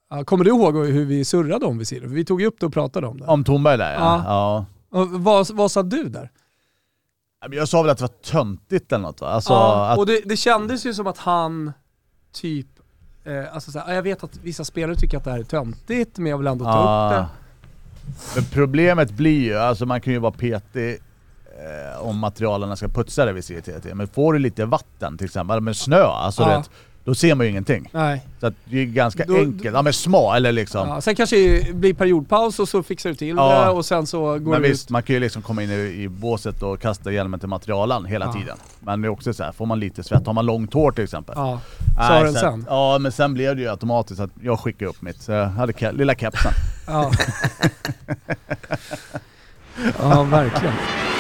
Ja, kommer du ihåg hur vi surrade om Visir? Vi tog ju upp det och pratade om det. Om Thornberg där, ja. Och vad sa du där? Jag sa väl att det var töntigt eller något, va? Alltså, och det kändes ju som att han typ alltså såhär, jag vet att vissa spelare tycker att det här är töntigt, men jag vill ändå ta upp det. Men problemet blir ju, alltså man kan ju vara petig om materialerna ska putsa det Visir, men får du lite vatten till exempel, med snö, alltså då ser man ju ingenting. Nej. Så att det är ganska enkelt. Ja, men små eller liksom. Ja, sen kanske det blir periodpaus och så fixar du till det och sen så går men det visst, ut. man kan ju liksom komma in i båset och kasta hjälmen till materialen hela tiden. Men det är också så här, får man lite svett, har man långt hår till exempel. Ja. Sa den sen? Ja, men sen blev det ju automatiskt att jag skickade upp mitt. Så jag hade lilla kepsen. Ja. Ja, verkligen.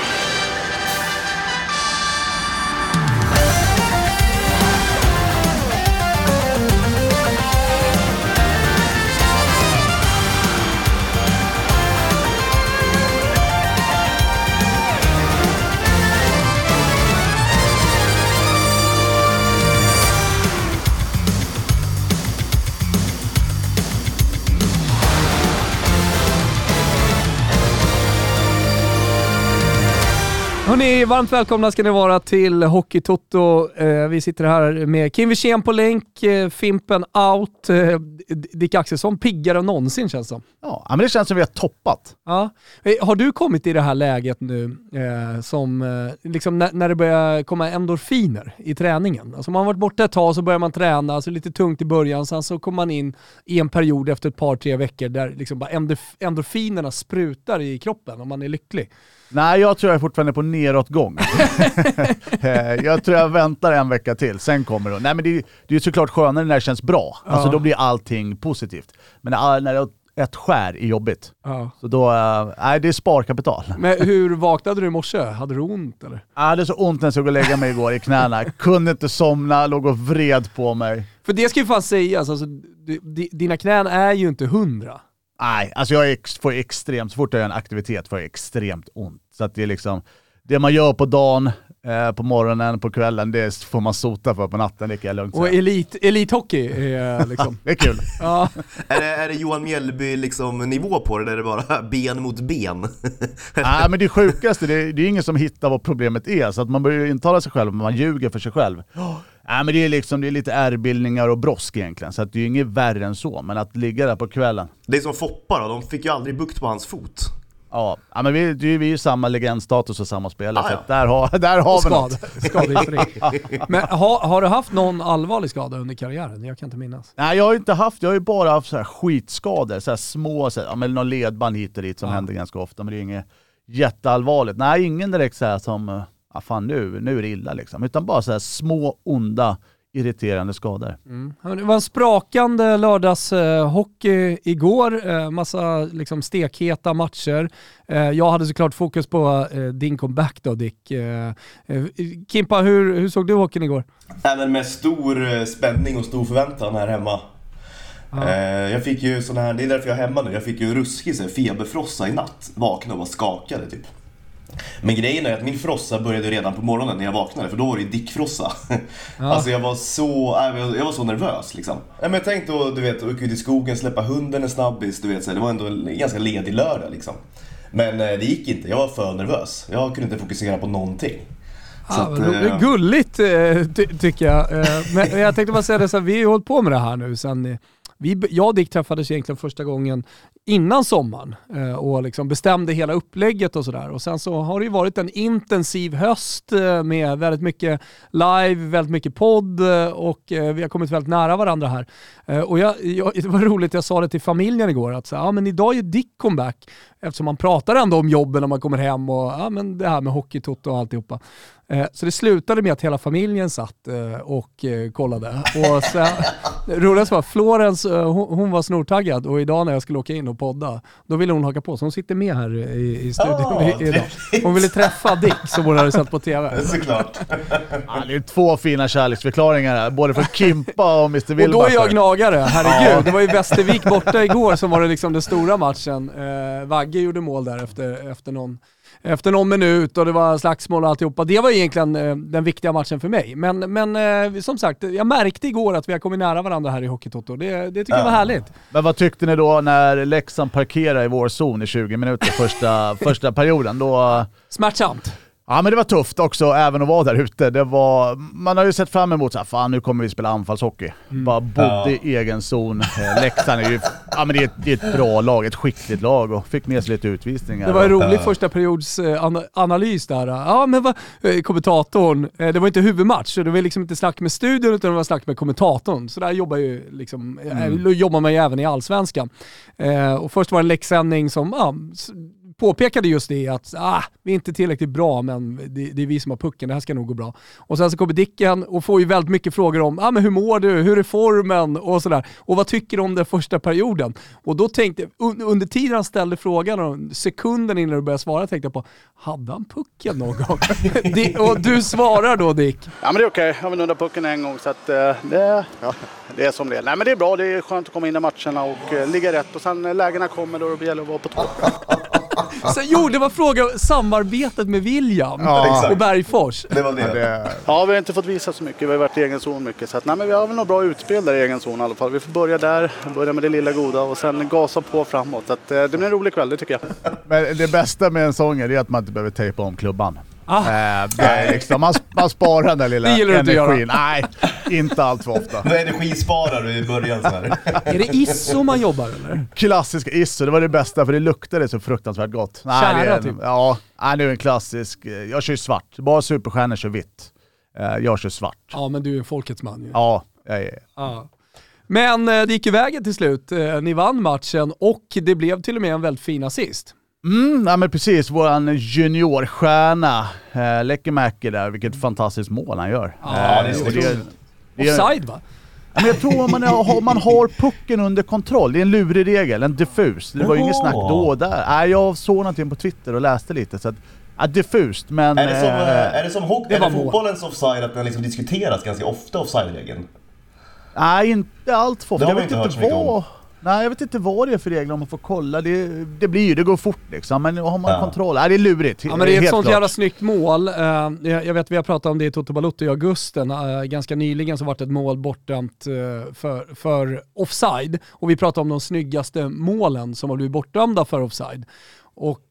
Hörrni, varmt välkomna ska ni vara till Hockey Toto. Vi sitter här med Kim Wirsén på länk, Fimpen out, Dick Axelsson piggare än någonsin känns som. Ja, men det känns som vi har toppat. Ja. Har du kommit i det här läget nu som liksom när det börjar komma endorfiner i träningen? Alltså man har varit borta ett tag så börjar man träna, alltså lite tungt i början, sen så kommer man in i en period efter ett par, 3 veckor där liksom bara endorfinerna sprutar i kroppen och man är lycklig. Nej, jag tror jag är fortfarande på neråtgång. Jag tror jag väntar en vecka till, sen kommer det. Nej, men det är ju såklart skönare när det känns bra. Alltså då blir allting positivt. Men när det är ett skär är jobbigt. Så då, det är sparkapital. Men hur vaknade du i morse? Hade du ont eller? Ja, det är så ont när jag såg och lägga mig igår i knäna. Kunde inte somna, låg och vred på mig. För det ska ju fan sägas, alltså, dina knän är ju inte 100. Nej, alltså jag får extremt, så fort jag gör en aktivitet får jag extremt ont. Så att det är liksom, det man gör på dagen, på morgonen, på kvällen, det får man sota för på natten, det kan jag lugnt säga. Och elithockey är liksom... Det är kul. Ja. Är det Johan Mjällby liksom nivå på det, där det är bara ben mot ben? Nej, men det sjukaste, det är ingen som hittar vad problemet är, så att man börjar intala sig själv, men man ljuger för sig själv. Nej, men det är lite ärrbildningar och brosk egentligen, så att det är ju inget värre än så, men att ligga där på kvällen. Det är som Foppa då, de fick ju aldrig bukt på hans fot. Ja, men vi är ju samma legendstatus och samma spelare, så att där har vi något. Skadefri. Men har du haft någon allvarlig skada under karriären? Jag kan inte minnas. Nej, jag har ju bara haft så här skitskador, så här små, så här, men någon ledband hit och dit som händer ganska ofta, men det är inget jätteallvarligt. Nej, ingen direkt så här som fan nu är det illa liksom, utan bara så här små, onda, irriterande skador. Det var en sprakande lördagshockey igår, massa liksom stekheta matcher. Jag hade såklart fokus på din comeback då, Dick. Kimpa, hur såg du hockeyn igår? Även med stor spänning och stor förväntan här hemma. Jag fick ju sån här, det är därför jag är hemma nu. Jag fick ju ruskig feberfrossa i natt. Vaknade och var skakade typ. Men grejen är att min frossa började redan på morgonen när jag vaknade, för då var det ju dickfrossa. Alltså jag var så nervös liksom. Men jag tänkte då, du vet, åka ut i skogen, släppa hunden en snabbis, du vet, så det var ändå en ganska ledig lördag liksom. Men det gick inte, jag var för nervös. Jag kunde inte fokusera på någonting. Gulligt tycker jag. Men jag tänkte bara säga det så här, vi har ju hållit på med det här nu sen jag och Dick träffades egentligen första gången innan sommaren och liksom bestämde hela upplägget och sådär. Och sen så har det ju varit en intensiv höst med väldigt mycket live, väldigt mycket podd och vi har kommit väldigt nära varandra här. Och det var roligt, jag sa det till familjen igår att men idag är ju Dick comeback, eftersom man pratar ändå om jobben när man kommer hem och men det här med Hockey Toto och alltihopa. Så det slutade med att hela familjen satt och kollade. Och sen, roligast var Florence, hon var snortaggad och idag när jag skulle åka in och podda, då ville hon haka på. Så hon sitter med här i studion idag. Hon ville träffa Dick som hon hade sett på tv. Såklart. Det är 2 fina kärleksförklaringar här, både för Kimpa och Mr. Wilbach. Och då är jag gnagare, herregud. Det var ju Västervik borta igår som var det liksom den stora matchen. Vagge gjorde mål där efter någon efter någon minut och det var slagsmål och alltihopa. Det var egentligen den viktiga matchen för mig. Men som sagt, jag märkte igår att vi har kommit nära varandra här i Hockeytoto. Det tycker jag var härligt. Men vad tyckte ni då när Leksand parkerade i vår zon i 20 minuter första perioden? Då... Smärtsamt. Ja, men det var tufft också även att vara där ute. Man har ju sett fram emot så här, nu kommer vi spela anfallshockey. Bara bodde i egen zon. Leksand är ju det är ett bra lag, ett skickligt lag och fick med sig lite utvisningar. Det var en rolig första periods analys där. Ja, men kommentatorn, det var inte huvudmatch, så det var liksom inte snack med studion utan det var snack med kommentatorn. Så där jobbar man ju även i Allsvenskan. Och först var det en läxsändning som påpekade just det att vi är inte tillräckligt bra, men det är vi som har pucken, det här ska nog gå bra. Och sen så kommer Dicken och får ju väldigt mycket frågor om men hur mår du, hur är formen och sådär. Och vad tycker du om den första perioden? Och då tänkte jag, under tiden han ställde frågan och sekunden innan du började svara tänkte jag på, hade han pucken någon gång? Och du svarar då, Dick. Ja, men det är okej. Jag har väl nuddat pucken en gång så att det är som det är. Nej, men det är bra, det är skönt att komma in i matcherna och ligga rätt och sen lägena kommer då det gäller att vara på tå. Så, det var fråga om samarbetet med William och Bergfors. Det var det. Ja, vi har inte fått visa så mycket. Vi har varit i egen zon mycket. Så att, men vi har väl några bra utspel där i egen zon i alla fall. Vi får börja där, börja med det lilla goda och sen gasa på framåt. Så att, det blir en rolig kväll, det tycker jag. Men det bästa med en sång är att man inte behöver tejpa om klubban. Det är liksom, man sparar den där lilla energin. Nej, inte allt för ofta. Vad energisparar du i början så här? Är det ISO man jobbar eller? Klassisk ISO, det var det bästa för det luktade så fruktansvärt gott. Kära typ. Ja, det är en klassisk. Jag kör svart. Bara superstjärnor kör vitt. Jag kör svart. Ja, men du är folkets man ju. Ja. Men det gick ju vägen till slut. Ni vann matchen och det blev till och med en väldigt fin assist. Ja, men precis, våran juniorstjärna Lekimäki där, vilket fantastiskt mål han gör. Ja, det är offside va? Men jag tror om man har pucken under kontroll, det är en lurig regel, en diffus. Det var ju inget snack då där. Jag såg någonting på Twitter och läste lite så att diffust, men är det som fotbollens offside att den liksom diskuteras ganska ofta offside-regeln? Nej, inte allt för ofta. Jag vet inte Nej, jag vet inte vad det är för regler om man får kolla. Det går fort liksom, men har man kontroll? Det är lurigt. Ja, men det är ett sånt jävla snyggt mål. Jag vet vi har pratat om det i Toto Balotto i augusten. Ganska nyligen så var det ett mål bortdömt för offside. Och vi pratade om de snyggaste målen som har blivit bortdömda för offside. Och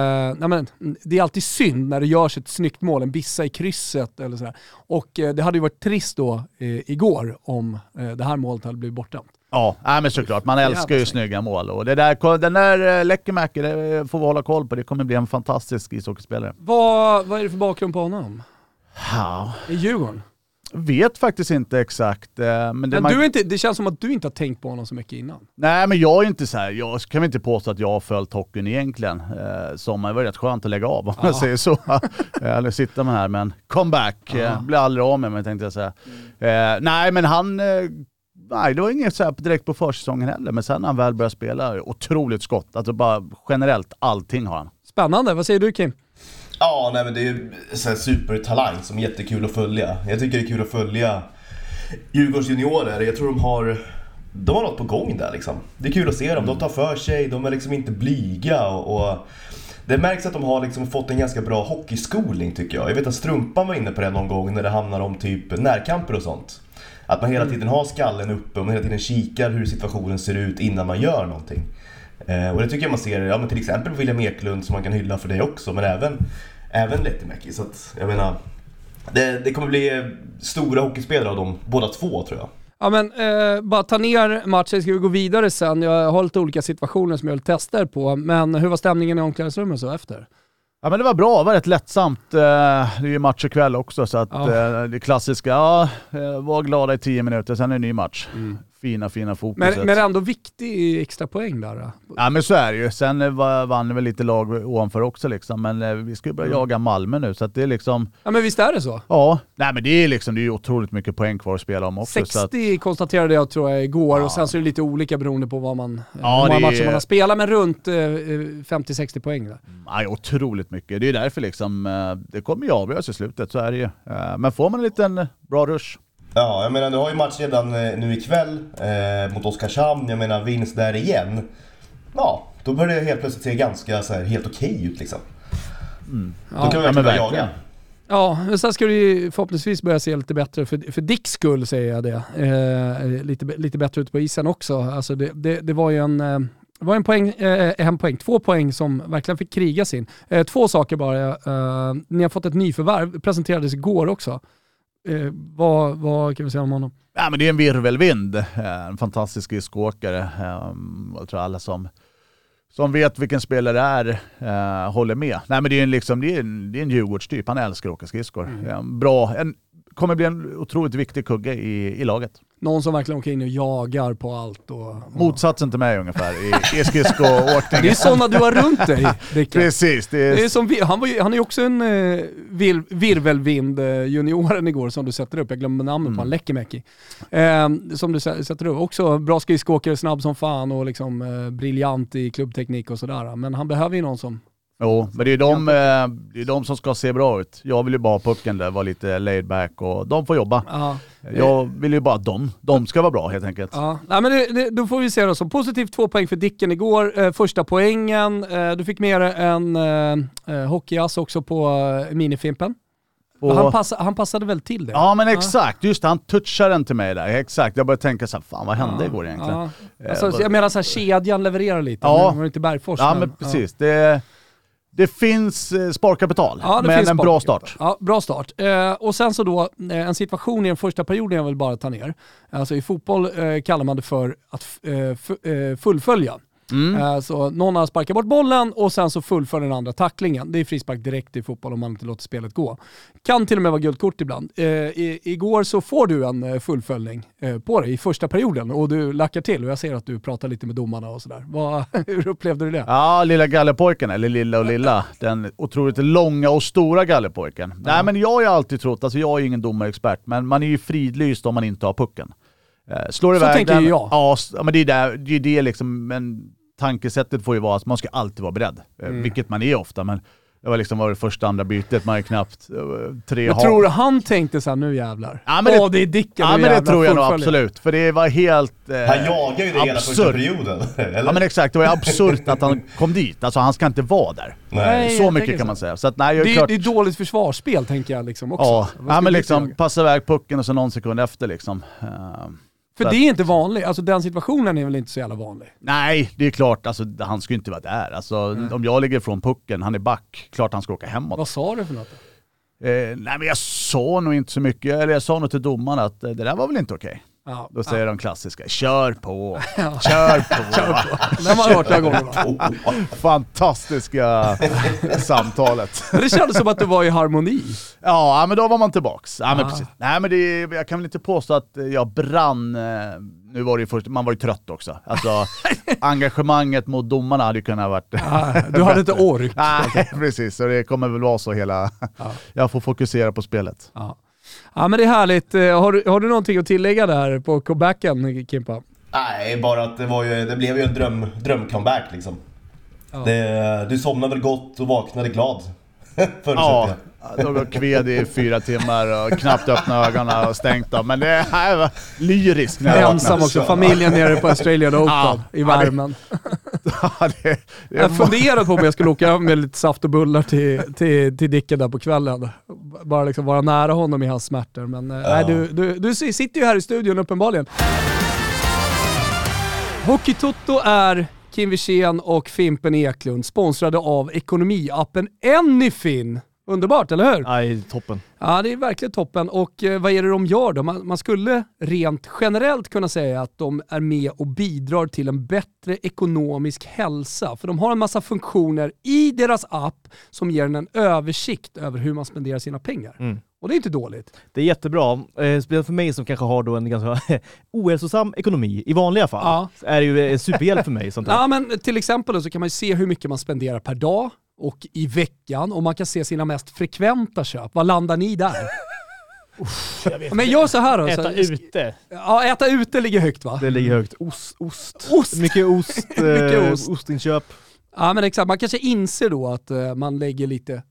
det är alltid synd när det görs ett snyggt mål, en bissa i krysset eller sådär. Och det hade ju varit trist då igår om det här målet hade blivit bortdömt. Ja, men såklart. Man älskar ju snygga mål. Och den där Lekimäki, det får vi hålla koll på. Det kommer bli en fantastisk ishockeyspelare. Vad är det för bakgrund på honom? Ja. I Djurgården? Vet faktiskt inte exakt. Men det känns som att du inte har tänkt på honom så mycket innan. Nej, men jag är inte så här. Jag kan väl inte påstå att jag har följt hockeyn egentligen. Sommaren var rätt skönt att lägga av om jag säger så. Eller sitta med här, men comeback. Blir aldrig av med mig, tänkte jag säga. Nej, men han... Nej, det var inget så här direkt på försäsongen heller. Men sen när han väl började spela, otroligt skott. Alltså bara generellt, allting har han. Spännande, vad säger du, Kim? Ja, nej, men det är ju en supertalang som är jättekul att följa. Jag tycker det är kul att följa Djurgårdens juniorer. Jag tror de har något på gång där liksom. Det är kul att se dem, de tar för sig, de är liksom inte blyga och det märks att de har liksom fått en ganska bra hockeyskolning tycker jag. Jag vet att Strumpan var inne på det någon gång när det handlar om typ närkamper och sånt. Att man hela tiden har skallen uppe och man hela tiden kikar hur situationen ser ut innan man gör någonting. Och det tycker jag man ser, men till exempel William Eklund som man kan hylla för det också, men även Lekimäki. Så att, jag menar, det kommer bli stora hockeyspelare av dem, båda två tror jag. Ja, men bara ta ner matchen, ska vi gå vidare sen. Jag har lite olika situationer som jag vill testa på, men hur var stämningen i omklädningsrummet så efter? Ja, men det var bra, det var rätt lättsamt. Det är ju match ikväll också så att det klassiska, var glada i 10 minuter, sen är det en ny match. Fina fokuset. Men ändå viktig extra poäng där. Ja, men så är det ju. Sen vann väl lite lag ovanför också liksom, men vi ska ju börja jaga Malmö nu så att det är liksom... Ja, men visst är det så? Ja, nej men det är ju otroligt mycket poäng kvar att spela om också. 60 så att... konstaterade jag tror jag igår och sen så är det lite olika beroende på vad man, hur många matcher man har spelat, men runt 50-60 poäng där. Ja, otroligt mycket. Det är därför liksom, det kommer ju avgöras i slutet, så är det ju. Men får man en liten bra rush. Ja, jag menar, du har ju match redan nu ikväll mot Oskarshamn. Jag menar, vinst där igen. Ja, då börjar det helt plötsligt se ganska så här, helt okej ut liksom. Då kan vi verkligen jaga. Ja, men sen ska det förhoppningsvis börja se lite bättre för Dicks skull, säger jag det. Lite bättre ute på isen också. Alltså det var ju en poäng, 2 poäng som verkligen fick kriga sin. 2 saker bara. Ni har fått ett nyförvärv, presenterades igår också. Vad kan vi säga om honom? Ja, men det är en virvelvind. En fantastisk skridskoåkare. Jag tror alla som vet vilken spelare det är håller med. Nej, men det är en Djurgårdstyp. Han älskar att åka skridskor. Kommer bli en otroligt viktig kugge i laget. Någon som verkligen åker in och jagar på allt. Motsatsen till mig ungefär i skridskoåkning. Det är sådana du har runt dig, Rickard. Precis. Det är som, han är ju också en virvelvind junioren igår som du sätter upp. Jag glömmer namnet på han, Lekimäki. Som du sätter upp. Också bra skridskoåkare, snabb som fan och liksom briljant i klubbteknik och sådär. Men han behöver ju någon som... Jo, men det är de som ska se bra ut. Jag vill ju bara ha pucken där, vara lite laid back och de får jobba. Jag vill ju bara att de ska vara bra helt enkelt. Nej, men då får vi se då. Som positivt 2 poäng för Dicken igår. Första poängen. Du fick med en hockeyass också på minifimpen. Han passade väl till det? Ja, men exakt. Just han touchade den till mig där. Exakt. Jag började tänka så här, fan vad hände igår egentligen? Alltså, jag menar så här, kedjan levererar lite. Men det var inte Bergfors. Ja, men precis. Det finns sparkapital, men en bra start. Ja, bra start. Och sen så då, en situation i den första perioden jag vill bara ta ner. Alltså i fotboll kallar man det för att fullfölja. Så någon har sparkat bort bollen och sen så fullför den andra tacklingen. Det är frispark direkt i fotboll om man inte låter spelet gå. Kan till och med vara gult kort ibland. Igår så får du en fullföljning på dig i första perioden och du lackar till och jag ser att du pratar lite med domarna och sådär. Hur upplevde du det? Ja, lilla gallepojken, eller lilla. Den otroligt långa och stora gallepojken. Nej, men jag har ju alltid trott, alltså jag är ingen domarexpert, men man är ju fridlyst om man inte har pucken. Slår så iväg tänker den, jag. Ja, men det är det liksom, men tankesättet får ju vara att man ska alltid vara beredd. Vilket man är ofta, men det var liksom det första andra bytet, man är knappt 3 Jag tror han tänkte så här, nu jävlar. Ja, men det är Dicken. Ja, men det tror jag nog absolut. För det var helt han jagar ju det hela första perioden. Eller? Ja, men exakt. Det var absurt att han kom dit. Alltså han ska inte vara där. Nej, så mycket kan man säga. Så att, nej, det är dåligt försvarsspel, tänker jag liksom också. Ja, men liksom passa iväg pucken och så någon sekund efter liksom. För det är inte vanligt. Alltså den situationen är väl inte så jävla vanlig? Nej, det är klart. Alltså, han ska ju inte vara där. Alltså, om jag ligger från pucken, han är back. Klart han ska åka hemåt. Vad sa du för något? Nej, men jag sa nog inte så mycket. Eller jag sa nog till domaren att det där var väl inte okej. Ja, då säger de klassiska, kör på. Den har hört några gånger. Fantastiska samtalet. Men det kändes som att du var i harmoni. Ja, men då var man tillbaks. Ja, men precis. Nej, men jag kan väl inte påstå att jag brann. Nu var det ju först, man var ju trött också. Alltså, engagemanget mot domarna hade ju kunnat varit... Du hade inte ork. Nej, precis. Så det kommer väl vara så hela... Jag får fokusera på spelet. Ja, men det är härligt. Har du någonting att tillägga där på comebacken, Kimpa? Nej, bara att det blev ju en drömcomeback liksom. Du somnade väl gott och vaknade glad. Ja, då var kved i 4 timmar och knappt öppna ögonen och stängt av. Men det här var lyriskt. Ensam också, familjen nere på Australian Open i värmen. Jag funderade på om jag skulle åka över med lite saft och bullar till Dicken där på kvällen. Bara liksom vara nära honom i hans smärtor. Men nej, du sitter ju här i studion uppenbarligen. Hockeytoto är Kim Wirsén och Fimpen Eklund, sponsrade av ekonomiappen Anyfin. Underbart, eller hur? Nej, toppen. Ja, det är verkligen toppen. Och vad är det de gör då? Man skulle rent generellt kunna säga att de är med och bidrar till en bättre ekonomisk hälsa. För de har en massa funktioner i deras app som ger en översikt över hur man spenderar sina pengar. Och det är inte dåligt. Det är jättebra. Speciellt för mig som kanske har då en ganska ohälsosam ekonomi i vanliga fall. Är det ju en superhjälp för mig. Sånt där. Ja, men till exempel så kan man ju se hur mycket man spenderar per dag och i veckan, och man kan se sina mest frekventa köp. Vad landar ni där? Men gör så här då. Äta ute. Ja, äta ute ligger högt, va? Det ligger högt. Ost. Mycket ost. Mycket ostinköp. Ja, men exakt. Man kanske inser då att man lägger lite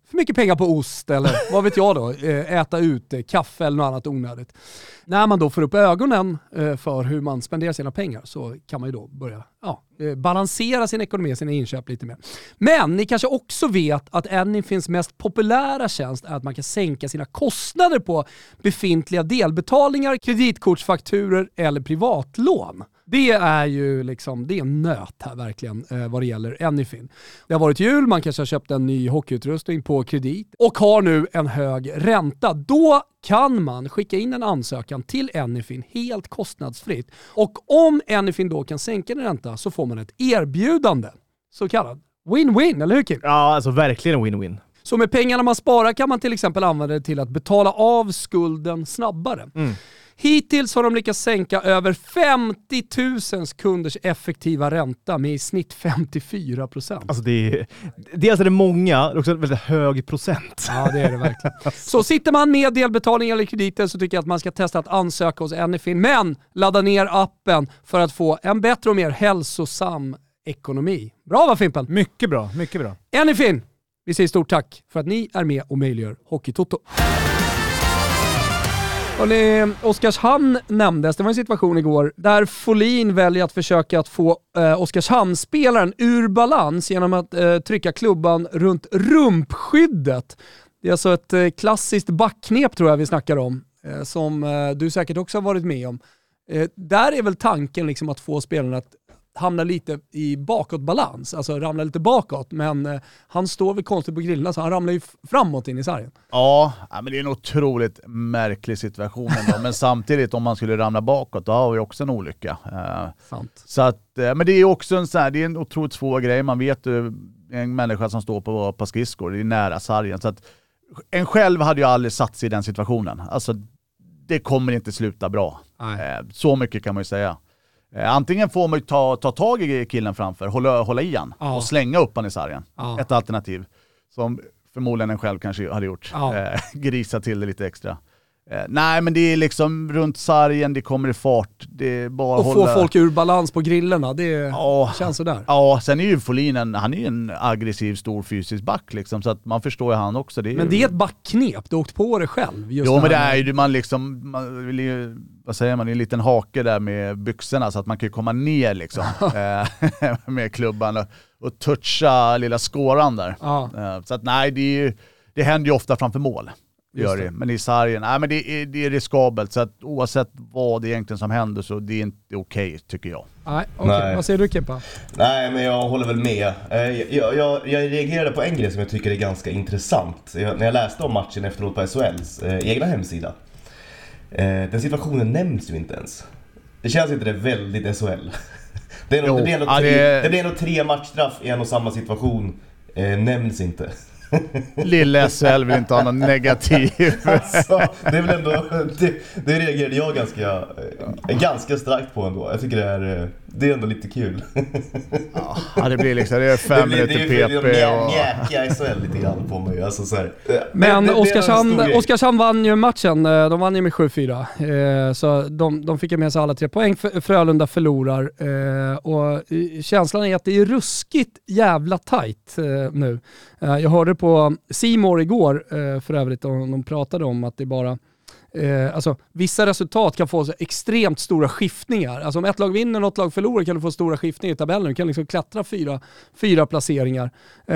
för mycket pengar på ost eller vad vet jag då, äta ute, kaffe eller något annat onödigt. När man då får upp ögonen för hur man spenderar sina pengar så kan man ju då börja balansera sin ekonomi, sina inköp lite mer. Men ni kanske också vet att Anyfins mest populära tjänst är att man kan sänka sina kostnader på befintliga delbetalningar, kreditkortsfakturer eller privatlån. Det är ju liksom, det är en nöt här verkligen vad det gäller Anyfin. Det har varit jul, man kanske har köpt en ny hockeyutrustning på kredit och har nu en hög ränta. Då kan man skicka in en ansökan till Anyfin helt kostnadsfritt. Och om Anyfin då kan sänka den ränta så får man ett erbjudande. Så kallad win-win, eller hur Kim? Ja, alltså verkligen win-win. Så med pengarna man sparar kan man till exempel använda det till att betala av skulden snabbare. Hittills har de lyckats sänka över 50 000 kunders effektiva ränta med i snitt 54%. Alltså dels är det många, det är också en väldigt hög procent. Ja, det är det verkligen. Så sitter man med delbetalning eller krediter så tycker jag att man ska testa att ansöka hos Anyfin. Men ladda ner appen för att få en bättre och mer hälsosam ekonomi. Bra va Fimpen? Mycket bra, mycket bra. Anyfin, vi säger stort tack för att ni är med och möjliggör Hockeytoto. Oskarshamn nämndes, det var en situation igår där Folin väljer att försöka att få Oskarshamnsspelaren ur balans genom att trycka klubban runt rumpskyddet. Det är alltså ett klassiskt backknep tror jag vi snackar om, som du säkert också har varit med om. Där är väl tanken liksom att få spelarna att hamna lite i bakåtbalans, alltså ramla lite bakåt, men han står väl konstigt på grillarna så han ramlar ju framåt in i sargen. Ja, men det är en otroligt märklig situation ändå. Men samtidigt om man skulle ramla bakåt då har vi också en olycka. Sant. Så att, men det är också det är en otroligt svår grej. Man vet ju en människa som står på skridskor, det är nära sargen. Så att en själv hade ju aldrig satt sig i den situationen. Alltså det kommer inte sluta bra. Så mycket kan man ju säga. Antingen får man ju ta tag i killen framför, hålla i han och slänga upp han i sargen. Ett alternativ som förmodligen en själv kanske hade gjort. Grisa till det lite extra. Nej, men det är liksom runt sargen, det kommer i fart. Det är bara och få folk ur balans på grillerna, det känns sådär. Ja, sen är ju Folin han är ju en aggressiv, stor fysisk back liksom, så att man förstår ju han också. Men det är ett backknep, du åkt på det själv. Just men det är ju man liksom, man vill ju, vad säger man, en liten hake där med byxorna så att man kan komma ner liksom med klubban och toucha lilla skåran där. Så att nej, det händer ju ofta framför mål. Gör det. Men i sargen, men det är riskabelt, så att oavsett vad det egentligen som händer så det är inte okej, tycker jag. Nej. Vad säger du Kimpa? Nej, men jag håller väl med. Jag reagerade på en grej som jag tycker är ganska intressant. När jag läste om matchen efteråt på SHLs egna hemsida. Den situationen nämns ju inte ens. Det känns inte det väldigt SHL. Det blir ändå 3 matchstraff i en och samma situation. Nämns inte. Lille SHL vill inte ha någon negativ. Alltså, det är väl ändå, det reagerade jag ganska starkt på ändå. Jag tycker det är ändå lite kul. Ja, det blir liksom, det är 5 minuter PP och mjäkiga SHL lite grann på mig. Alltså, så här. Men Oskarshamn vann ju matchen. De vann ju med 7-4. Så de fick ju med sig alla 3 poäng. Frölunda förlorar. Och känslan är att det är ruskigt jävla tajt nu. Jag hörde på C More igår för övrigt, och de pratade om att det bara alltså vissa resultat kan få så extremt stora skiftningar. Alltså om ett lag vinner, något lag förlorar, kan du få stora skiftningar i tabellen. Du kan liksom klättra 4 placeringar.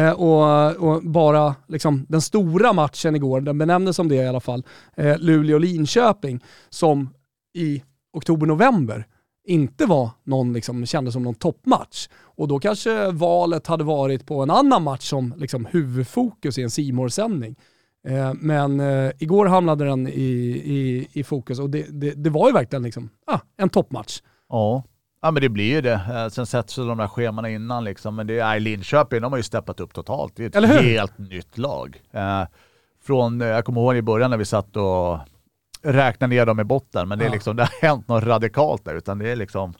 Och bara liksom den stora matchen igår, den benämndes som det i alla fall, Luleå-Linköping, som i oktober-november inte var någon liksom, kändes som någon toppmatch. Och då kanske valet hade varit på en annan match som liksom huvudfokus i en C More-sändning. Men igår hamnade den i fokus, och det var ju verkligen liksom, en toppmatch. Ja, men det blir ju det. Sen sätts de där scheman innan liksom, men det är Linköping, de har ju steppat upp totalt. Det är ett helt nytt lag. Jag kommer ihåg i början när vi satt och räkna ner dem i botten, men det är liksom, det har hänt något radikalt där, utan det är liksom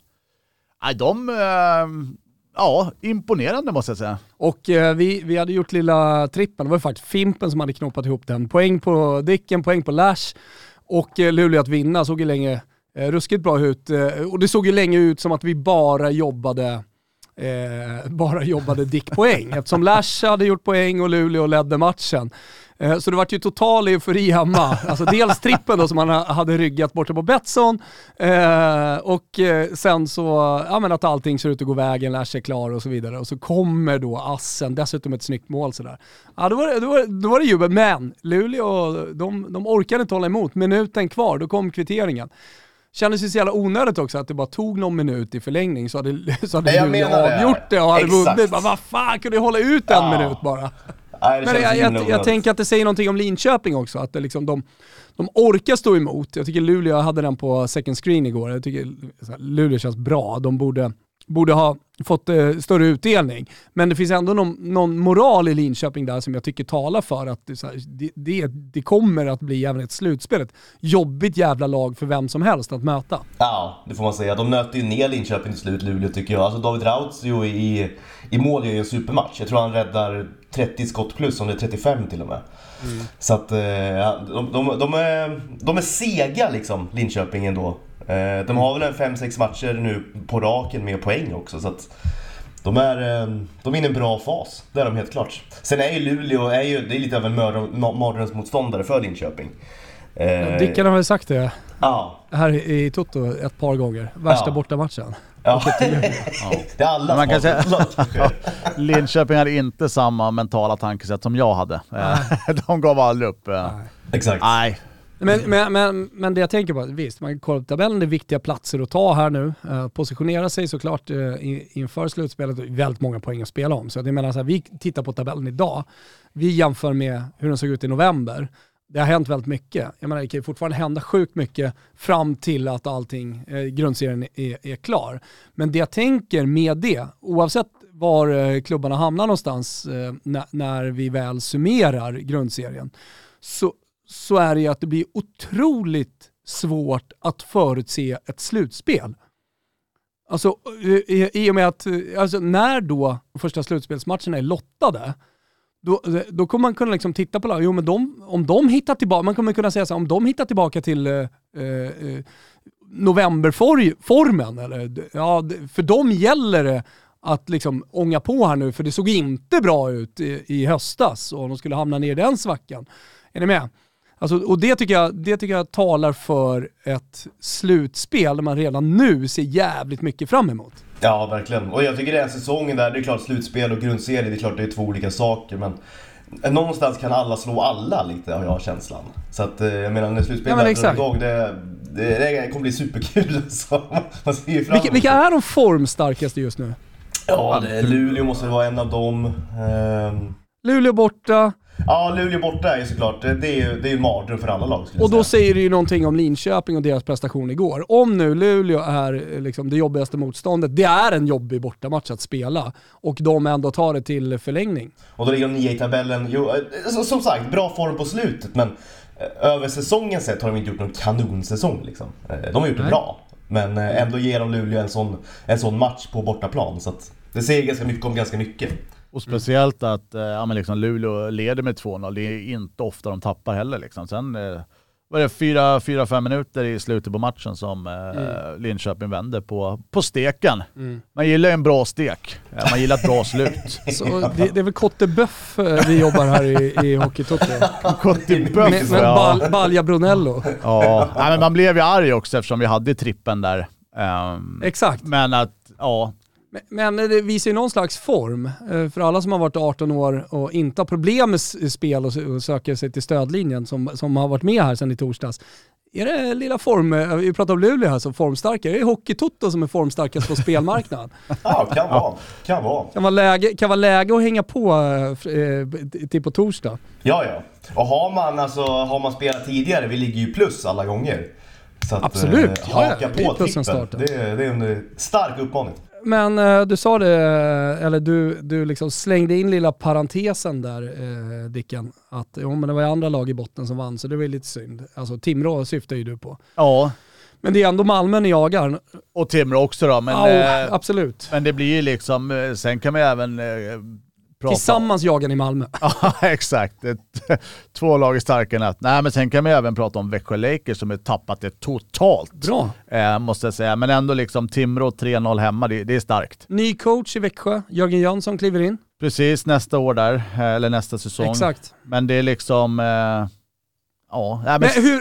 imponerande måste jag säga. Och vi hade gjort lilla trippen, det var ju faktiskt Fimpen som hade knoppat ihop den. Poäng på Dicken, poäng på Lash, och Luleå att vinna såg ju länge ruskigt bra ut, och det såg ju länge ut som att vi bara jobbade bara jobbade dickpoäng. Eftersom Lash hade gjort poäng och Luleå ledde matchen. Så det var ju total eufori hemma. Alltså dels trippen då som man hade ryggat borta på Betsson och sen så att allting ser ut att gå vägen, Lash är klar och så vidare. Och så kommer då assen, dessutom ett snyggt mål sådär. Ja, då var det jubel. Men Luleå, de orkade inte hålla emot. Minuten kvar, då kom kvitteringen. Kändes ju så jävla onödigt också att det bara tog någon minut i förlängning så hade Luleå avgjort det och hade vunnit. Vad fan, kunde du hålla ut en minut bara? Nej, men jag tänker att det säger någonting om Linköping också. Att det liksom, de orkar stå emot. Jag tycker Luleå hade den på second screen igår. Jag tycker Luleå känns bra. De borde ha fått större utdelning. Men det finns ändå någon moral i Linköping där som jag tycker talar för att det kommer att bli även ett slutspel. Ett jobbigt jävla lag för vem som helst att möta. Ja, det får man säga. De nöter ju ner Linköping till slut, Luleå, tycker jag. Alltså David Rautio i mål är ju en supermatch. Jag tror han räddar 30 skott plus, om det är 35 till och med. Så att de är sega liksom, Linköping ändå. De har väl en 5-6 matcher nu på raken med poäng också, så att de är i en bra fas. Det är de helt klart. Sen är ju Luleå det är lite av en mardrömsmotståndare för Linköping. Dicken har väl sagt det här i Toto ett par gånger. Värsta bortamatchen. Ja. Det är alla man kan säga, Linköping hade inte samma mentala tankesätt som jag hade. De gav aldrig upp. Exakt. Nej. Men det jag tänker på, visst, man kollar på tabellen, det är viktiga platser att ta här nu. Positionera sig såklart inför slutspelet, väldigt många poäng att spela om. Så jag menar så här, vi tittar på tabellen idag, vi jämför med hur den såg ut i november. Det har hänt väldigt mycket. Jag menar, det kan ju fortfarande hända sjukt mycket fram till att allting, grundserien är klar. Men det jag tänker med det, oavsett var klubbarna hamnar någonstans när vi väl summerar grundserien, så är det ju att det blir otroligt svårt att förutse ett slutspel. Alltså i och med att när då första slutspelsmatcherna är lottade, då kommer man kunna liksom titta på lag. Jo, men om de hittar tillbaka, man kommer kunna säga så här, om de hittar tillbaka till novemberformen, eller för dem gäller det att liksom ånga på här nu, för det såg inte bra ut i höstas och de skulle hamna ner i den svackan. Är ni med? Alltså, och det tycker jag talar för ett slutspel där man redan nu ser jävligt mycket fram emot. Ja, verkligen. Och jag tycker den säsongen där, det är klart slutspel och grundserie, det är klart det är två olika saker, men någonstans kan alla slå alla lite, har jag känslan. Så att jag menar, när slutspelet drar igång, det kommer bli superkul. Så man ser ju fram emot. Vilka är de formstarkaste just nu? Ja, Luleå måste vara en av dem. Luleå borta. Ja, Luleå borta är såklart, det är ju mardröm för alla lag. Och då säger det ju någonting om Linköping och deras prestation igår. Om nu Luleå är liksom det jobbigaste motståndet, det är en jobbig bortamatch att spela, och de ändå tar det till förlängning. Och då ligger de 9 i tabellen. Jo, som sagt, bra form på slutet, men över säsongen sett har de inte gjort någon kanonsäsong liksom. De har gjort det bra, men ändå ger de Luleå en sån match på bortaplan, så att det säger ganska mycket om ganska mycket. Och speciellt att liksom Luleå leder med 2-0. Det är inte ofta de tappar heller. Liksom. Sen var det 4-5 minuter i slutet på matchen som Linköping vände på steken. Man gillar en bra stek. Man gillar ett bra slut. Så det är väl Kotteböff vi jobbar här i Hockeytoto. Kotteböff, med Balja Brunello. Ja, men man blev ju arg också eftersom vi hade trippen där. Exakt. Men att, Men det visar ju någon slags form för alla som har varit 18 år och inte har problem med spel och söker sig till stödlinjen som har varit med här sedan i torsdags. Är det lilla form, vi pratar om Luleå här som formstarkare, är det Hockeytoto som är formstarkast på spelmarknaden? Ja, kan vara. Kan vara läge att hänga på till på torsdag. Ja. Och har man spelat tidigare, vi ligger ju plus alla gånger. Så att, absolut, haka på trippen. Det är en stark uppmaning. Men du sa det, eller du liksom slängde in lilla parentesen där, Dicken, att men det var ju andra lag i botten som vann, så det var ju lite synd. Alltså Timrå syftar ju du på. Ja. Men det är ändå Malmö ni jagar. Och Timrå också då. Men, absolut. Men det blir ju liksom, sen kan man även Tillsammans jagar ni Malmö. Ja, exakt. 2 lag är starkare än 1. Nej, men sen kan man även prata om Växjö Lakers som har tappat det totalt. Bra. Måste jag säga. Men ändå liksom Timrå 3-0 hemma, det är starkt. Ny coach i Växjö, Jörgen Jönsson kliver in. Precis, nästa år där. Eller nästa säsong. Exakt. Men det är liksom... Men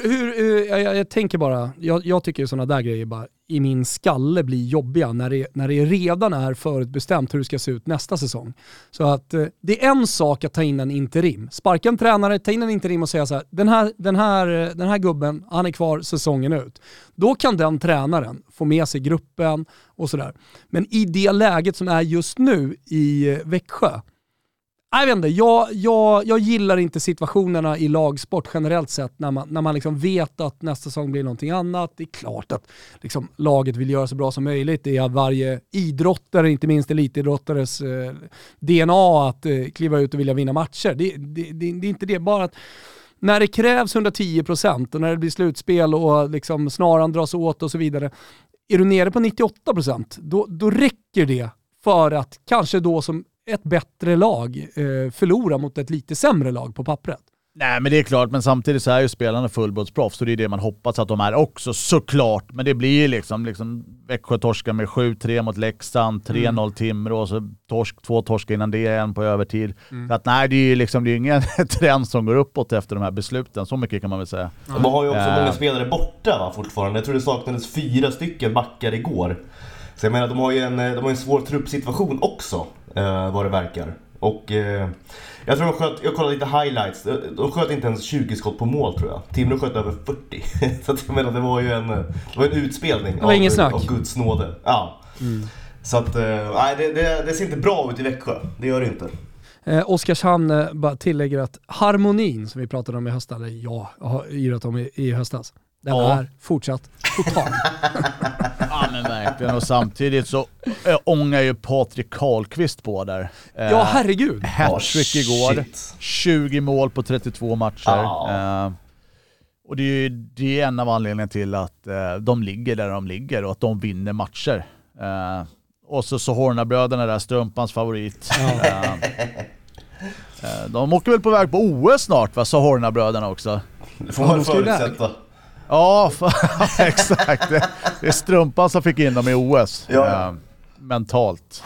jag tänker bara, jag tycker sådana där grejer bara i min skalle blir jobbiga när det redan är förutbestämt hur det ska se ut nästa säsong. Så att det är en sak att ta in en interim. Sparka en tränare, ta in en interim och säga så här, den här gubben, han är kvar säsongen ut. Då kan den tränaren få med sig gruppen och sådär. Men i det läget som är just nu i Växjö, jag vet inte, jag gillar inte situationerna i lagsport generellt sett när man liksom vet att nästa säsong blir någonting annat. Det är klart att liksom laget vill göra så bra som möjligt. Det är varje idrottare, inte minst elitidrottares DNA att kliva ut och vilja vinna matcher. Det är inte det, bara att när det krävs 110% och när det blir slutspel och liksom snaran dras åt och så vidare, är du nere på 98%, då räcker det för att kanske då som ett bättre lag förlora mot ett lite sämre lag på pappret. Nej, men det är klart, men samtidigt så är ju spelarna fullblodsproffs, så det är det man hoppas att de är också, såklart. Men det blir liksom Växjö torskar med 7-3 mot Leksand, 3-0 Timrå och så 2 torskar innan det, en på övertid. Så att nej, det är ingen trend som går uppåt efter de här besluten, så mycket kan man väl säga. De har ju också många spelare borta fortfarande. Jag tror det saknades 4 stycken backar igår. Så jag menar, de har ju en svår truppsituation också, vad det verkar. Och jag tror jag kollade lite highlights. De sköt inte ens 20 skott på mål, tror jag. Timrå sköt över 40. Så att jag menar, det var ju en utspelning av Guds nåde. Ja. Så att det ser inte bra ut i Växjö. Det gör det inte. Oskarshamn bara tillägger att harmonin som vi pratade om i höstas, eller jag har yrat om i höstas, den är fortsatt total. Ja, men verkligen. Och samtidigt så ångar ju Patrik Karlqvist på där. Ja, herregud. Hattrick igår. 20 mål på 32 matcher. Och det är en av anledningarna till att de ligger där de ligger och att de vinner matcher. Och så Hornabröderna där, Strumpans favorit. De åker väl på väg på OS snart, va? Så Hornabröderna också. Det får man förutsätta. Ja, exakt. Det är Strumpan som fick in dem i OS. Mentalt.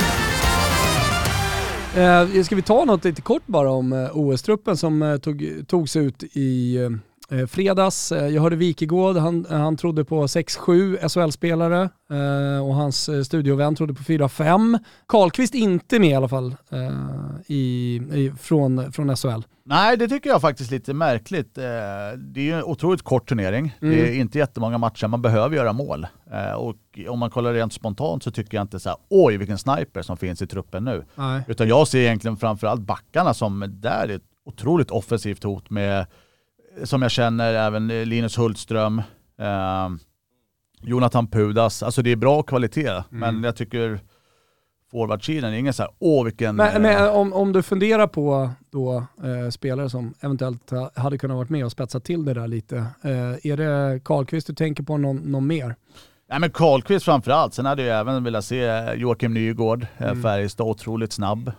Ska vi ta något lite kort bara om OS-truppen som togs ut i fredags. Jag hörde Wikegård, han trodde på 6-7 SHL-spelare och hans studiovän trodde på 4-5. Karlqvist inte med i alla fall från SHL. Nej, det tycker jag faktiskt lite märkligt. Det är ju en otroligt kort turnering. Det är inte jättemånga matcher, man behöver göra mål. Och om man kollar rent spontant så tycker jag inte så här, oj vilken sniper som finns i truppen nu. Nej. Utan jag ser egentligen framförallt backarna som där är ett otroligt offensivt hot med, som jag känner, även Linus Hultström, Jonathan Pudas. Alltså det är bra kvalitet, men jag tycker forwardsidan är ingen så här, vilken... Men om du funderar på då spelare som eventuellt hade kunnat varit med och spetsa till det där lite, är det Karlqvist du tänker på någon mer? Nej, men Karlqvist framförallt. Sen hade jag även velat se Joakim Nygård, Färjestad, otroligt snabb.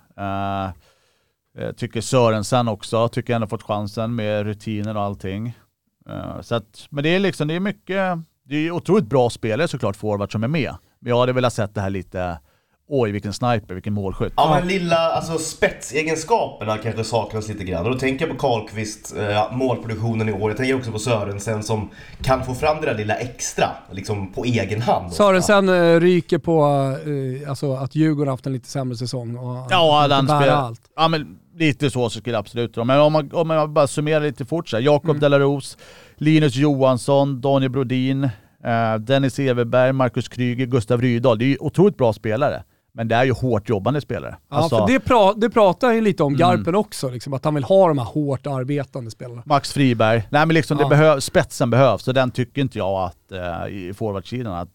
Tycker Sörensen också, tycker ändå fått chansen med rutiner och allting. Så att, men det är liksom, det är mycket, det är otroligt bra spelare såklart, forward som är med. Men jag hade velat sett det här lite, oj vilken sniper, vilken målskytt. Ja, men lilla spetsegenskaperna kanske saknas lite grann. Och då tänker jag på Karlqvist, målproduktionen i år. Jag tänker också på Sörensen som kan få fram det där lilla extra liksom på egen hand. Sörensen ryker på alltså att Djurgården haft en lite sämre säsong och den spelar allt. Ja, men lite så skulle jag absolut. Men om man bara summerar lite fort så här. Jakob Delaros, Linus Johansson, Daniel Brodin, Dennis Everberg, Marcus Kryger, Gustav Rydahl. Det är ju otroligt bra spelare. Men det är ju hårt jobbande spelare. Ja, alltså, för det pratar ju lite om Garpen också. Liksom, att han vill ha de här hårt arbetande spelarna. Max Friberg. Nej, men liksom spetsen behövs. Så den tycker inte jag att i forwardsidan att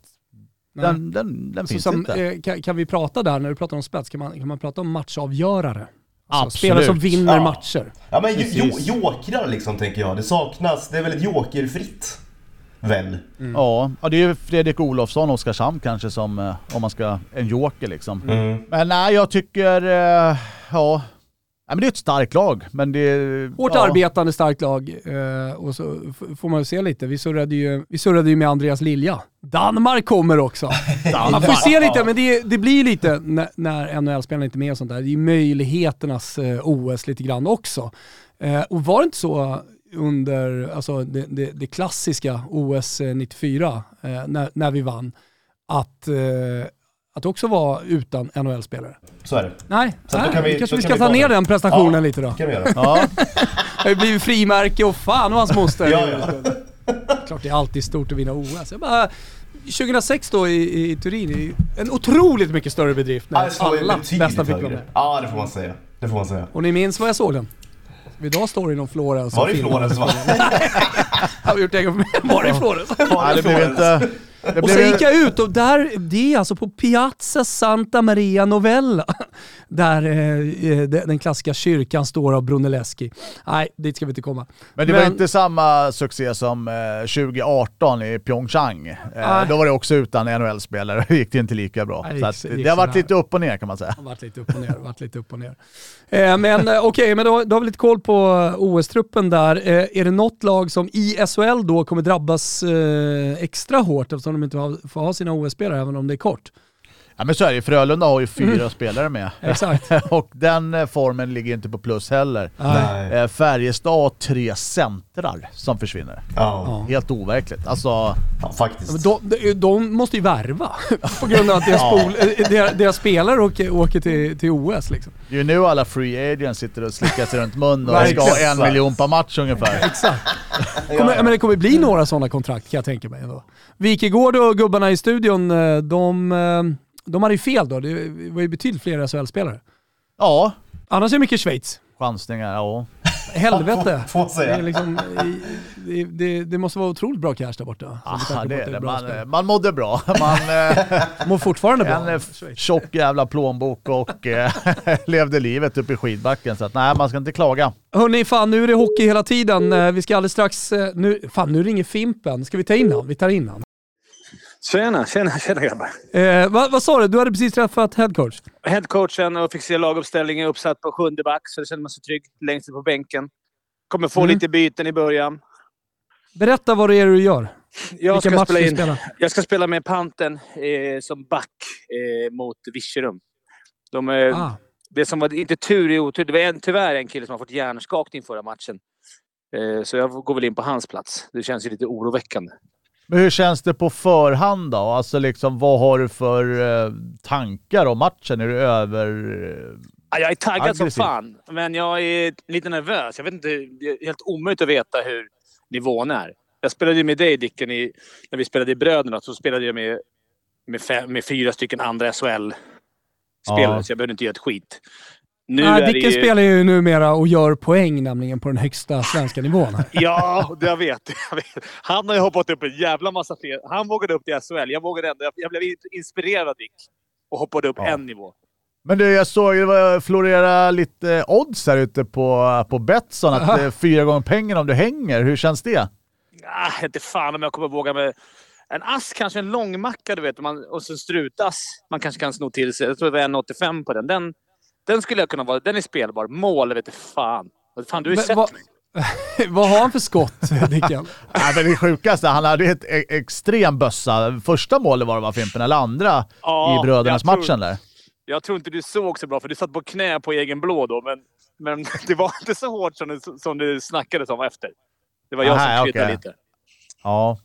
den finns inte. Kan vi prata där, när du pratar om spets, kan man prata om matchavgörare? Alltså, spelare som vinner matcher. Ja, men jokrar liksom, tänker jag. Det saknas, det är väldigt jokerfritt. Väl. Ja, det är ju Fredrik Olofsson, Oskarshamn kanske som om man ska en joker liksom. Men nej, jag tycker Ja. Ja, men det är ett starkt lag. Men det är, hårt arbetande starkt lag. Och så får man se lite. Vi surrade ju med Andreas Lilja. Danmark kommer också. Man får se lite, men det blir lite när NHL-spelarna inte är med och sånt där. Det är möjligheternas OS lite grann också. Och var det inte så under alltså det klassiska OS 94 när vi vann att också vara utan NHL-spelare? Så är det. Nej, så då kan vi ska ta ner den prestationen lite då. Kan vi göra. Ja. Det har blivit frimärke och fan och hans moster. Ja. Klart det är alltid stort att vinna OS. 2006 då i Turin är en otroligt mycket större bedrift när alla bästa fick vara med. Ja, det får man säga. Och ni minns vad jag såg den? Idag står det om Florens. Var det i Florens va? Jag har gjort egen var det i Florens? Ja, det blev inte... Och så gick jag ut och det är alltså på Piazza Santa Maria Novella där den klassiska kyrkan står av Brunelleschi. Nej, dit ska vi inte komma. Men det var inte samma succé som 2018 i Pyeongchang. Då var det också utan NHL-spelare. Det gick det inte lika bra. Nej, så det har varit lite upp och ner kan man säga. Det har varit lite upp och ner. Men okej, men då har vi lite koll på OS-truppen där. Är det något lag som i SHL då kommer drabbas extra hårt eftersom de inte får ha sina OS-spelare även om det är kort? Ja men så är det. Frölunda har ju 4 spelare med. Exakt. Och den formen ligger inte på plus heller. Nej. Färjestad har 3 centrar som försvinner. Ja. Helt overkligt. Alltså... Ja, faktiskt. De måste ju värva på grund av att deras spelare åker till OS liksom. Det är ju nu alla free agents sitter och slickar sig runt munnen och ska ha 1 miljon per match ungefär. Exakt. Men det kommer bli några sådana kontrakt kan jag tänka mig ändå. Wikegård och gubbarna i studion, de hade ju fel då. Det var ju betydligt fler SHL-spelare. Ja. Annars är det mycket Schweiz. Chansningar, ja. Helvete. Får säga. Det, är liksom, det måste vara otroligt bra cash där borta. Man mådde bra. Man mår fortfarande bra. En tjock jävla plånbok och levde livet uppe i skidbacken. Så att nej, man ska inte klaga. Hörrni, fan nu är det hockey hela tiden. Vi ska alldeles strax... Nu ringer Fimpen. Ska vi ta in han? Vi tar in han. Tjena grabbar. Vad sa du? Du hade precis träffat headcoach. Headcoachen och fick se laguppställningen uppsatt på 7:e back, så det kände man sig trygg längst på bänken. Kommer få lite byten i början. Berätta vad det är du gör. Jag ska spela med Panten som back mot Virserum. Det som var inte tur i otur. Det var tyvärr en kille som har fått hjärnskakning förra matchen. Så jag går väl in på hans plats. Det känns ju lite oroväckande. Men hur känns det på förhand då? Alltså liksom, vad har du för tankar om matchen? Är du jag är taggad som fan, men jag är lite nervös. Jag vet inte, det är helt omöjligt att veta hur nivån är. Jag spelade ju med dig, Dicken, när vi spelade i Bröderna, så spelade jag med 4 stycken andra SHL-spelare, så jag behövde inte göra ett skit. Dicken spelar ju numera och gör poäng nämligen på den högsta svenska nivån. Ja, jag vet. Han har ju hoppat upp en jävla massa fler. Han vågade upp till SHL. Jag vågade ändå. Jag blev inspirerad av Dick och hoppade upp en nivå. Men du, jag såg det florera lite odds här ute på Betsson att 4 gånger pengarna om du hänger. Hur känns det? Inte fan om jag kommer våga med en ass, kanske en långmacka, du vet, och så strutas. Man kanske kan sno till sig. Jag tror det var 1,85 på den. Den skulle jag kunna vara, den är spelbar. Mål, vet du fan. Fan, du har ju sett mig. Vad har han för skott, Dicken? Men det sjukaste, han hade ett extrem bössa. Första målet var Fimpen, eller andra i Brödernas matchen där. Jag tror inte du såg så bra, för du satt på knä på egen blå då. Men det var inte så hårt som du snackade om efter. Det var jag som kryddade lite. Ja,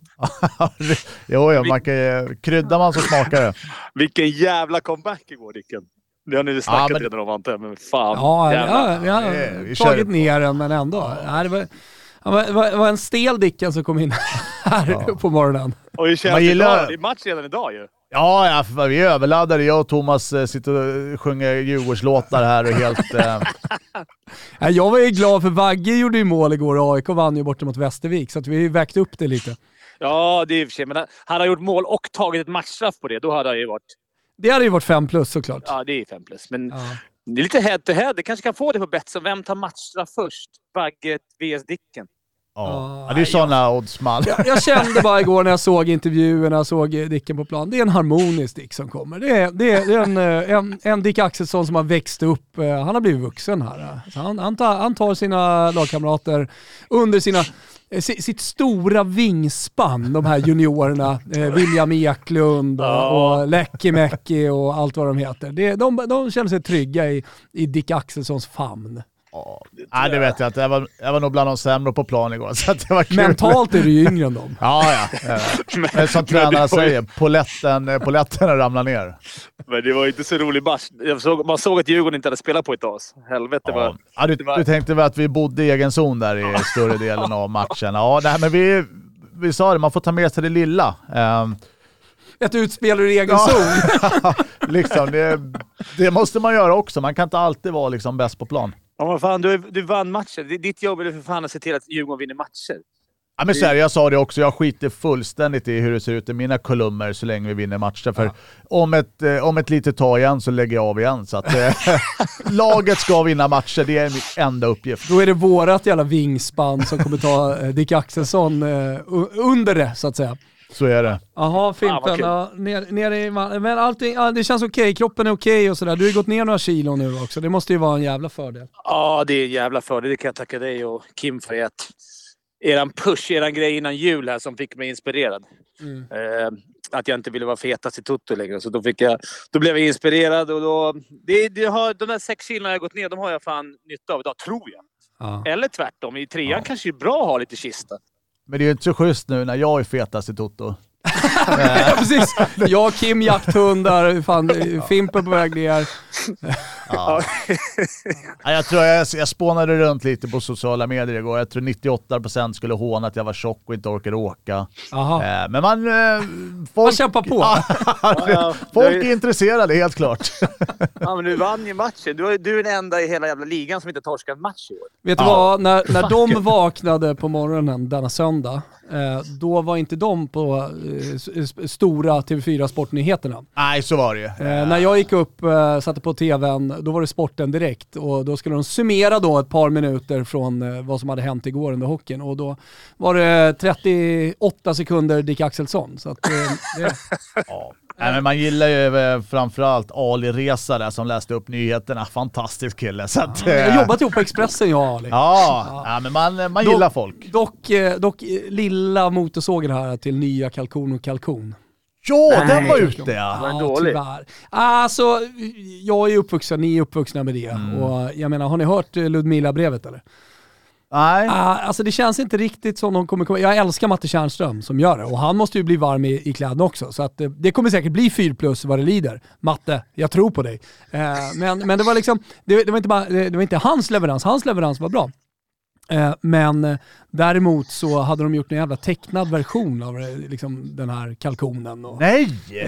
jo, man kan krydda man så smakar det. Vilken jävla comeback igår, Dicken. Det har ni snackat redan om, inte, men fan. Jag har tagit ner den, men ändå. Det var en stel Dicken som kom in här på morgonen. Och hur känns det idag? Det är match redan idag ju. Ja, vi är överladdade. Jag och Thomas sitter och sjunger Djurgårdslåtar här och helt... Jag var ju glad för Vagge gjorde ju mål igår och AIK vann ju borta mot Västervik, så att vi väckte upp det lite. Ja, det är i och för sig. Men hade han gjort mål och tagit ett matchstraff på det, då hade han ju varit... Det hade ju varit 5+ såklart. Ja, det är 5+. Men det är lite head to head. Det kanske kan få det på Betsson. Vem tar matchstraff först? Bagget vs Dicken. Det är ju sådana oddsman. Jag kände bara igår när jag såg intervjuerna, såg Dicken på plan. Det är en harmonisk Dick som kommer. Det är en Dick Axelsson som har växt upp. Han har blivit vuxen här. Så han tar sina lagkamrater under sitt stora vingspann, de här juniorerna, William Eklund och Läckimäki och allt vad de heter. De känner sig trygga i Dick Axelssons famn. Det vet jag inte. Jag var nog bland de sämre på plan igår. Så det var kul. Mentalt är du yngre än dem. Ja. Men som tränaren säger, poletterna ramlar ner. Men det var inte så rolig match. Man såg att Djurgården inte hade spelat på ett tag. Helvete var... Du tänkte väl att vi bodde i egen zon där i större delen av matchen. Men vi sa det, man får ta med sig det lilla. Ett utspel ur egen zon. Liksom, det måste man göra också. Man kan inte alltid vara liksom bäst på plan. Ja, men fan, du vann matcher. Ditt jobb är för fan att se till att Djurgården vinner matcher. Ja, men jag sa det också. Jag skiter fullständigt i hur det ser ut i mina kolumner så länge vi vinner matcher. För om ett litet tag igen så lägger jag av igen. Så att laget ska vinna matcher. Det är min enda uppgift. Då är det vårat jävla vingspann som kommer ta Dick Axelsson under det, så att säga. Så är det. Jaha, Fimpen. Ner i, men allting, det känns okej. Kroppen är okej och sådär. Du har gått ner några kilo nu också. Det måste ju vara en jävla fördel. Ja, det är en jävla fördel. Det kan jag tacka dig och Kim för eran push, eran grej innan jul här som fick mig inspirerad. Att jag inte ville vara fetast i Toto längre. Så då blev jag inspirerad och då... de där 6 kilona jag har gått ner, de har jag fan nytta av idag, tror jag. Ja. Eller tvärtom. I 3:an kanske det är bra att ha lite kista. Men det är ju inte så schysst nu när jag är fetast i Toto. Ja, precis. Jag och Kim jakthundar, fan, Fimpen på väg ner. Jag tror jag spånade runt lite på sociala medier igår. Jag tror 98% skulle håna att jag var tjock och inte orkade åka. Men man kämpar på. Folk är intresserade, helt klart. Ja, men du vann ju matchen. Du är den enda i hela jävla ligan som inte torskar en match i år. Vet du vad? När de vaknade på morgonen denna söndag, då var inte de på stora TV4 Sportnyheterna. Nej, så var det. När jag gick upp, satte på tvn, då var det Sporten direkt och då skulle de summera då ett par minuter från vad som hade hänt igår under hockeyn och då var det 38 sekunder Dick Axelsson. Så att, Nej, men man gillar ju framförallt Ali Reza där som läste upp nyheterna. Fantastisk kille. Så att, jag har jobbat ihop på Expressen, jag och Ali. Ja, men man gillar folk. Dock lilla motorsågen här till nya Kalkon och Kalkon. Ja, den var ute, ja. Tyvärr. Alltså, jag är uppvuxen, ni är uppvuxna med det. Och jag menar, har ni hört Ludmilla-brevet eller? Nej. Alltså det känns inte riktigt som de kommer komma. Jag älskar Matte Tjärnström som gör det. Och han måste ju bli varm i kläderna också. Så att det kommer säkert bli 4+ vad det lider. Matte, jag tror på dig. Men det var liksom, det var inte hans leverans. Hans leverans var bra. Men däremot så hade de gjort en jävla tecknad version av liksom, den här kalkonen. Och, nej!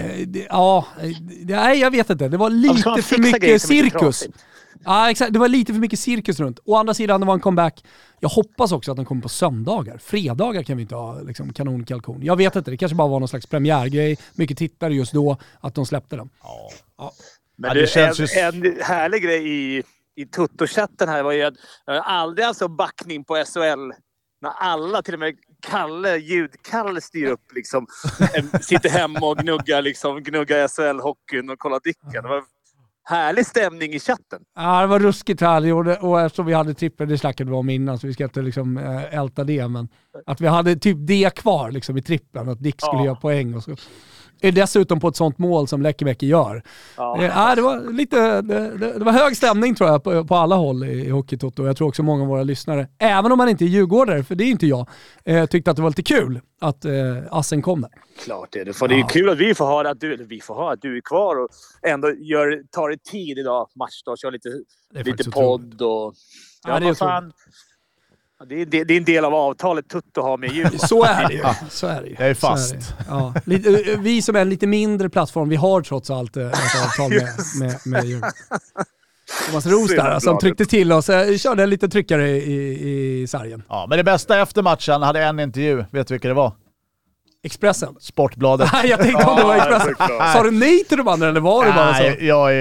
Jag vet inte. Det var lite för mycket cirkus. Ja, exakt. Det var lite för mycket cirkus runt. Å andra sidan, det var en comeback. Jag hoppas också att den kommer på söndagar. Fredagar kan vi inte ha liksom, kanonkalkon. Jag vet inte, det kanske bara var någon slags premiärgrej. Mycket tittare just då att de släppte den. Ja. Men det känns en härlig grej i Tutto-chatten här var ju att aldrig alltså backning på SHL när alla, till och med Ljudkalle styr upp liksom, sitter hemma och gnuggar SHL-hockeyn och kollar Dicken. Det var härlig stämning i chatten. Ja, det var ruskigt härligt och eftersom vi hade trippel, det snackade vi om innan så vi ska inte liksom älta det, men att vi hade typ det kvar liksom i trippeln, att Dick skulle göra poäng och så. Är dessutom på ett sånt mål som Läckimäki gör. Det var lite det var hög stämning tror jag på alla håll i Hockeytoto. Jag tror också många av våra lyssnare, även om man inte är djurgårdare, för det är inte jag, tyckte att det var lite kul att Assen kom där. Klart det är det. För det är kul att vi får höra att du är kvar och ändå tar det tid idag, matchdag, kör lite podd och det är en del av avtalet Tutto har med djur. Så är det ju. Det är fast. Ja. Vi som är en lite mindre plattform, vi har trots allt ett avtal med djur. Thomas Roos där som tryckte till oss. Körde en liten tryckare i sargen. Ja, men det bästa efter matchen hade en intervju. Vet du vilka det var? Expressen? Sportbladet. Nej, jag tänkte om det var Expressen. Sa du nej till de andra eller var det bara så? Nej, jag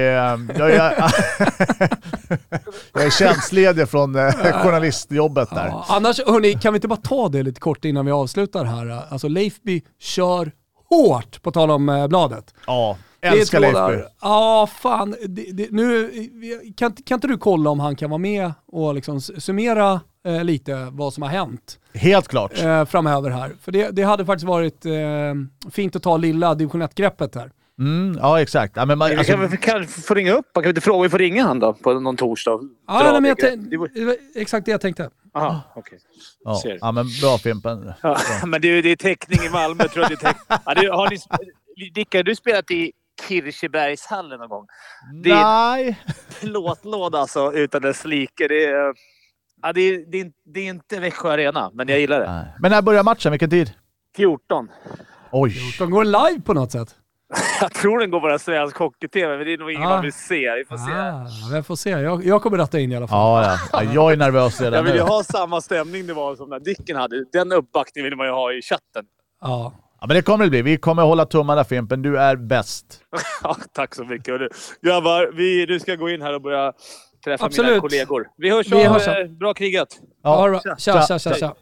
är tjänstledig från journalistjobbet där. Ja, annars, hörni, kan vi inte bara ta det lite kort innan vi avslutar här? Alltså Leifby kör hårt, på tal om bladet. Ja, älskar Leifby. Ja, fan. Nu, kan inte du kolla om han kan vara med och liksom summera lite vad som har hänt? Helt klart. Framöver här. För det hade faktiskt varit fint att ta lilla division 1-greppet här. Ja, exakt. Ja, men vi kan få ringa upp. Man kan inte fråga, vi får ringa han då på någon torsdag. Ja, men exakt det jag tänkte. Aha, okej. Ja, men bra Fimpen. Ja, men det är täckning i Malmö, tror jag. Dick, har du spelat i Kirsebergshallen någon gång? Nej. Det är en plåtlåda alltså, utan dess like. Det är inte Växjö Arena, men jag gillar det. Nej. Men när börjar matchen? Vilken tid? 14. Oj. De går live på något sätt? Jag tror den går bara svensk hockey-tv, men det är nog ingen man vill se. Vi får se. Jag får se. Jag kommer ratta in i alla fall. Ja, jag är nervös redan. Jag vill ju ha samma stämning det var som när Dicken hade. Den uppbackningen vill man ju ha i chatten. Ja, men det kommer det bli. Vi kommer hålla tummarna, Fimpen. Du är bäst. Ja, tack så mycket. Grabbar, du ska gå in här och börja träffa mina kollegor. Vi hörs. Bra kriget. Ja, tja.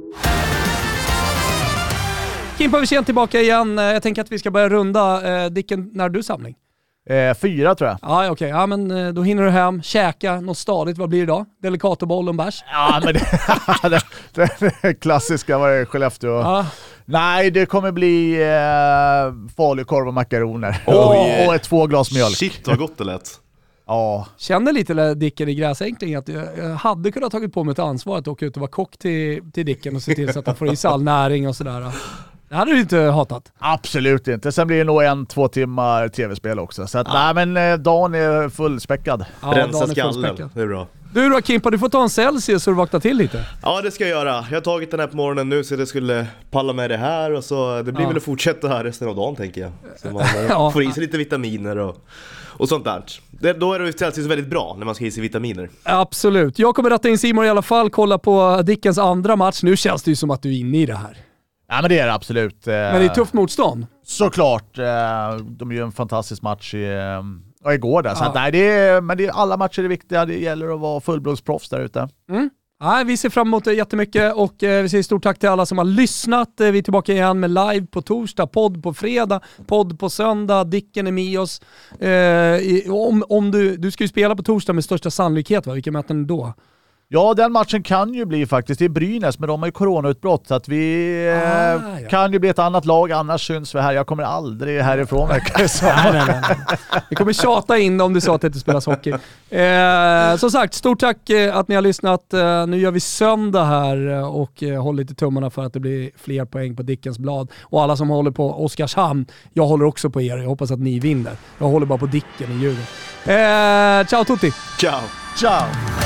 Kimpa Wirsén tillbaka igen. Jag tänker att vi ska börja runda. Dicken, när du samling? 4 tror jag. Ja, okej. Ja, men då hinner du hem, käka något stadigt. Vad blir det idag? Delicatoboll och bärs? Ja, men det klassiska var det Skellefteå. Ja. Nej, det kommer bli falukorv och makaroner. Och 2 glas mjölk. Shit, vad gott det lät. Ja. Känner lite Dicken i gräsänkling att jag hade kunnat tagit på mig ett ansvar att åka ut och vara kock till Dicken och se till så att han får i sig all näring och sådär. Det hade du inte hatat. Absolut inte. Sen blir det nog 1-2 timmar tv-spel också. Så att, nej, men dagen är fullspäckad. Ja, rensa skallen. Det är bra. Du då Kimpa, du får ta en Celsius så du vaknar till lite. Ja, det ska jag göra. Jag har tagit den här på morgonen nu så det skulle palla med det här. Och så det blir väl att fortsätta här resten av dagen, tänker jag. Så man får i sig lite vitaminer och sånt där. Då är det Celsius väldigt bra när man ska i sig vitaminer. Absolut. Jag kommer ratta in Simon i alla fall, kolla på Dickens andra match. Nu känns det ju som att du är inne i det här. Ja, men det är det absolut. Men det är tufft motstånd. Såklart. De gör en fantastisk match igår där. Så att, nej, men alla matcher är viktiga. Det gäller att vara fullblodsproffs där ute. Nej, vi ser fram emot det jättemycket och vi säger stort tack till alla som har lyssnat. Vi är tillbaka igen med live på torsdag, podd på fredag, podd på söndag. Dicken är med oss. Om du ska ju spela på torsdag med största sannolikhet, va? Vilka möten då? Ja, den matchen kan ju bli faktiskt i Brynäs, men de har ju coronautbrott så att vi kan ju bli ett annat lag, annars syns vi här. Jag kommer aldrig härifrån. Nej. Vi kommer tjata in om du sa att det inte spelas hockey. Som sagt, stort tack att ni har lyssnat. Nu gör vi söndag här och håller lite tummarna för att det blir fler poäng på Dickens blad. Och alla som håller på Oskarshamn, jag håller också på er. Jag hoppas att ni vinner. Jag håller bara på Dicken i Djurgården. Ciao tutti! Ciao! Ciao!